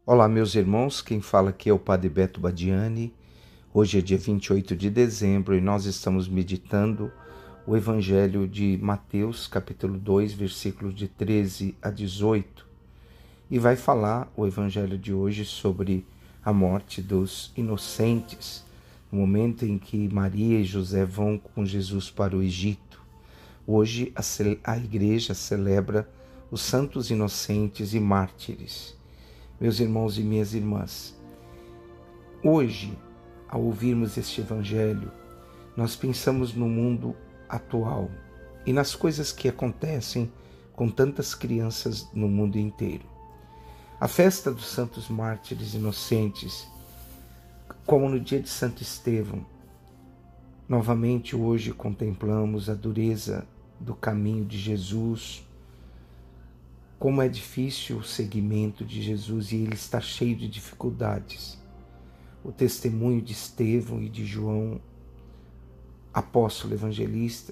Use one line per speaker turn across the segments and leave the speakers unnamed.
Olá, meus irmãos, quem fala aqui é o Padre Beto Badiani. Hoje é dia 28 de dezembro e nós estamos meditando o Evangelho de Mateus, capítulo 2, versículos de 13 a 18. E vai falar o Evangelho de hoje sobre a morte dos inocentes, no momento em que Maria e José vão com Jesus para o Egito. Hoje a igreja celebra os santos inocentes e mártires. Meus irmãos e minhas irmãs, hoje, ao ouvirmos este Evangelho, nós pensamos no mundo atual e nas coisas que acontecem com tantas crianças no mundo inteiro. A festa dos santos mártires inocentes, como no dia de Santo Estevão, novamente hoje contemplamos a dureza do caminho de Jesus, como é difícil o seguimento de Jesus e ele está cheio de dificuldades. O testemunho de Estevão e de João, apóstolo evangelista,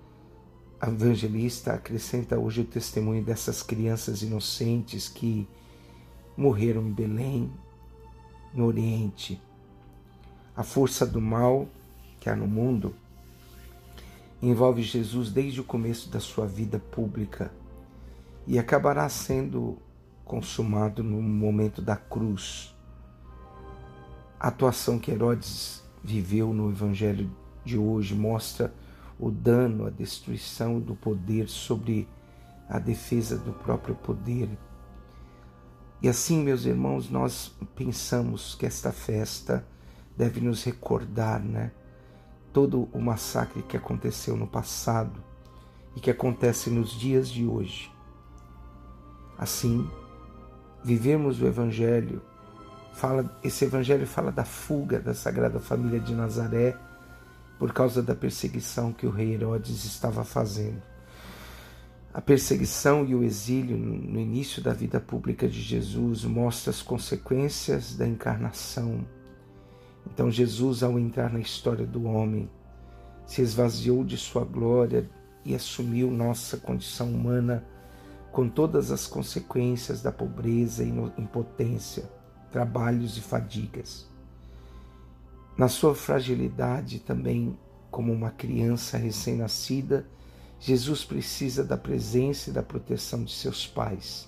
acrescenta hoje o testemunho dessas crianças inocentes que morreram em Belém, no Oriente. A força do mal que há no mundo envolve Jesus desde o começo da sua vida pública e acabará sendo consumado no momento da cruz. A atuação que Herodes viveu no Evangelho de hoje mostra o dano, a destruição do poder sobre a defesa do próprio poder. E assim, meus irmãos, nós pensamos que esta festa deve nos recordar, todo o massacre que aconteceu no passado e que acontece nos dias de hoje. Assim, vivemos o Evangelho, esse Evangelho fala da fuga da Sagrada Família de Nazaré por causa da perseguição que o rei Herodes estava fazendo. A perseguição e o exílio no início da vida pública de Jesus mostra as consequências da encarnação. Então Jesus, ao entrar na história do homem, se esvaziou de sua glória e assumiu nossa condição humana com todas as consequências da pobreza e impotência, trabalhos e fadigas. Na sua fragilidade também, como uma criança recém-nascida, Jesus precisa da presença e da proteção de seus pais.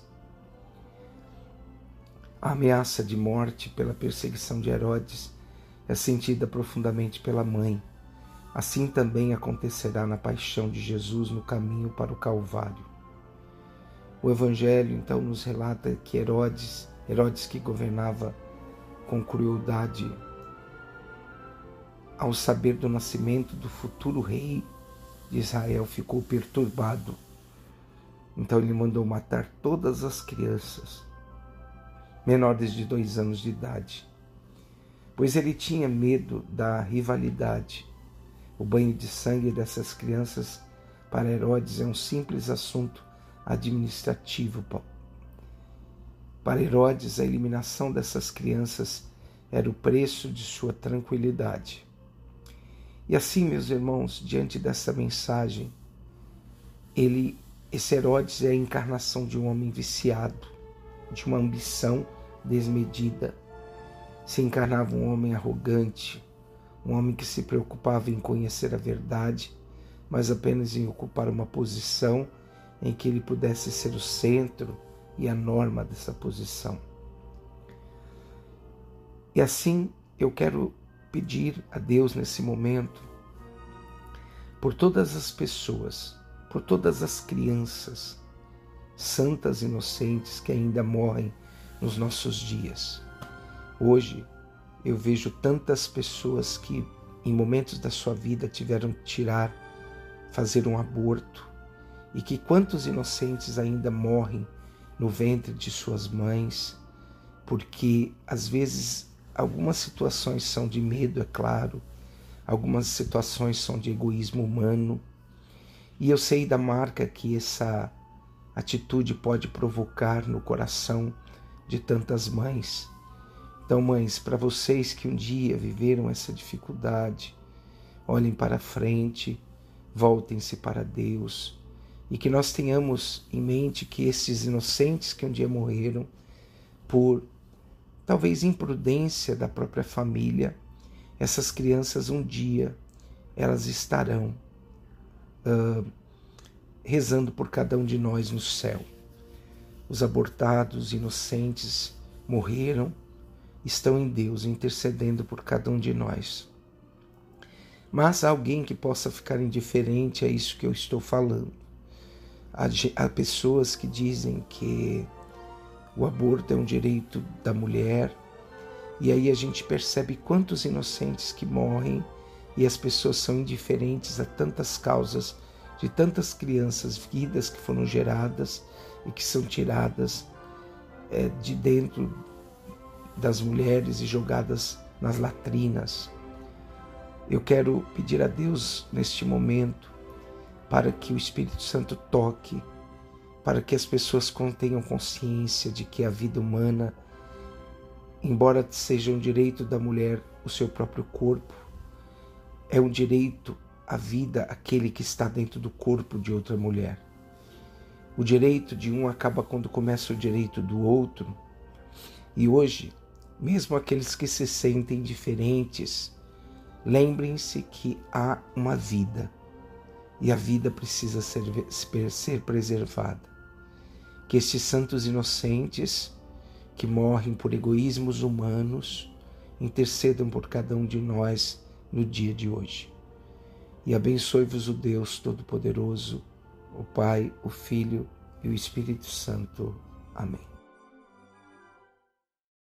A ameaça de morte pela perseguição de Herodes é sentida profundamente pela mãe. Assim também acontecerá na paixão de Jesus no caminho para o Calvário. O Evangelho, então, nos relata que Herodes que governava com crueldade, ao saber do nascimento do futuro rei de Israel, ficou perturbado. Então ele mandou matar todas as crianças menores de 2 anos de idade, pois ele tinha medo da rivalidade. O banho de sangue dessas crianças para Herodes é um simples assunto administrativo. Para Herodes, a eliminação dessas crianças era o preço de sua tranquilidade. E assim, meus irmãos, diante dessa mensagem, esse Herodes é a encarnação de um homem viciado, de uma ambição desmedida. Se encarnava um homem arrogante, um homem que se preocupava em conhecer a verdade, mas apenas em ocupar uma posição em que ele pudesse ser o centro e a norma dessa posição. E assim eu quero pedir a Deus nesse momento por todas as pessoas, por todas as crianças santas inocentes que ainda morrem nos nossos dias. Hoje eu vejo tantas pessoas que em momentos da sua vida tiveram que fazer um aborto, e que quantos inocentes ainda morrem no ventre de suas mães, porque às vezes algumas situações são de medo, é claro, algumas situações são de egoísmo humano, e eu sei da marca que essa atitude pode provocar no coração de tantas mães. Então, mães, para vocês que um dia viveram essa dificuldade, olhem para frente, voltem-se para Deus, e que nós tenhamos em mente que esses inocentes que um dia morreram por talvez imprudência da própria família, essas crianças um dia elas estarão rezando por cada um de nós no céu. Os abortados, inocentes, morreram, estão em Deus intercedendo por cada um de nós. Mas há alguém que possa ficar indiferente a isso que eu estou falando. Há pessoas que dizem que o aborto é um direito da mulher, e aí a gente percebe quantos inocentes que morrem e as pessoas são indiferentes a tantas causas de tantas crianças, vidas que foram geradas e que são tiradas de dentro das mulheres e jogadas nas latrinas. Eu quero pedir a Deus neste momento para que o Espírito Santo toque, para que as pessoas tenham consciência de que a vida humana, embora seja um direito da mulher o seu próprio corpo, é um direito à vida aquele que está dentro do corpo de outra mulher. O direito de um acaba quando começa o direito do outro. E hoje, mesmo aqueles que se sentem diferentes, lembrem-se que há uma vida e a vida precisa ser preservada. Que estes santos inocentes que morrem por egoísmos humanos intercedam por cada um de nós no dia de hoje. E abençoe-vos o Deus Todo-Poderoso, o Pai, o Filho e o Espírito Santo. Amém.